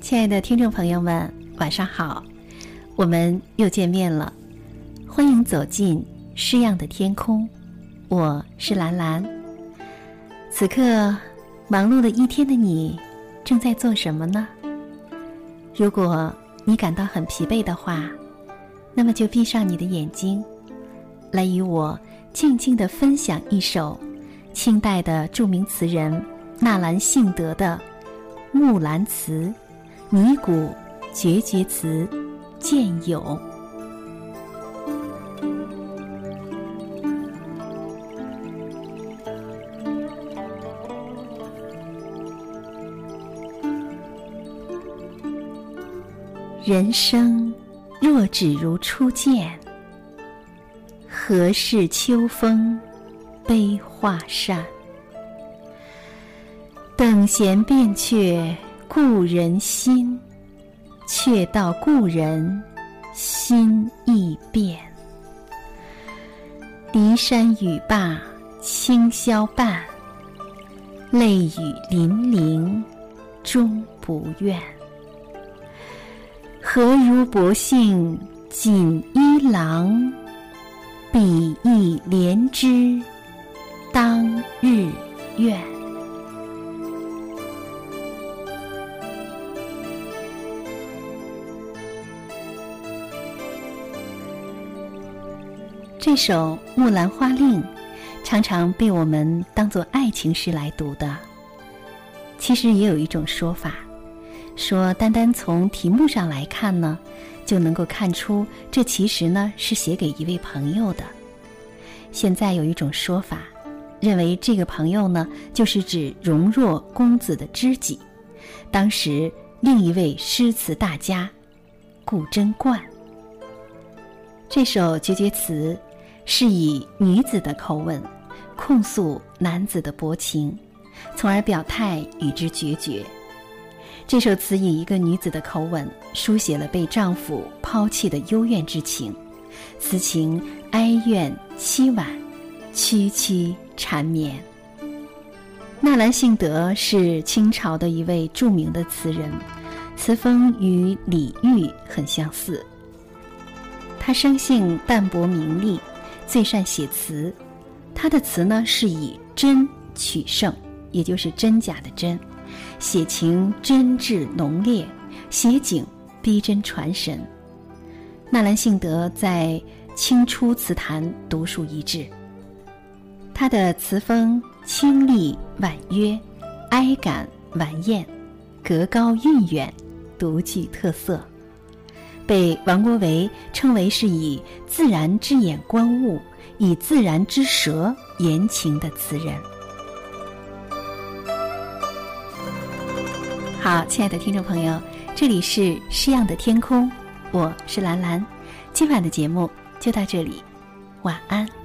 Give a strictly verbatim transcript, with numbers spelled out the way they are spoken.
亲爱的听众朋友们，晚上好，我们又见面了，欢迎走进诗样的天空，我是兰兰。此刻忙碌了一天的你正在做什么呢？如果你感到很疲惫的话，那么就闭上你的眼睛，来与我静静地分享一首清代的著名词人纳兰性德的《木兰辞》拟古绝绝词隽永。人生若只如初见，何事秋风悲画扇？等闲变却故人心，却道故人心易变。骊山语罢清宵半，泪雨霖铃终不怨。何如薄幸锦衣郎，比翼连枝当日愿。这首《木兰花令》常常被我们当作爱情诗来读的。其实也有一种说法，说单单从题目上来看呢，就能够看出这其实呢是写给一位朋友的。现在有一种说法，认为这个朋友呢就是指容若公子的知己，当时另一位诗词大家顾贞观。这首绝绝词是以女子的口吻控诉男子的薄情，从而表态与之决绝。这首词以一个女子的口吻书写了被丈夫抛弃的幽怨之情，词情哀怨凄婉，凄凄缠绵。纳兰性德是清朝的一位著名的词人，词风与李煜很相似。他生性淡泊名利，最善写词。他的词呢是以真取胜，也就是真假的真，写情真挚浓烈，写景逼真传神。纳兰性德在清初词坛独树一帜，他的词风清丽婉约，哀感婉艳，格高韵远，独具特色，被王国维称为是以自然之眼观物，以自然之舌言情的词人。好，亲爱的听众朋友，这里是诗样的天空，我是兰兰，今晚的节目就到这里，晚安。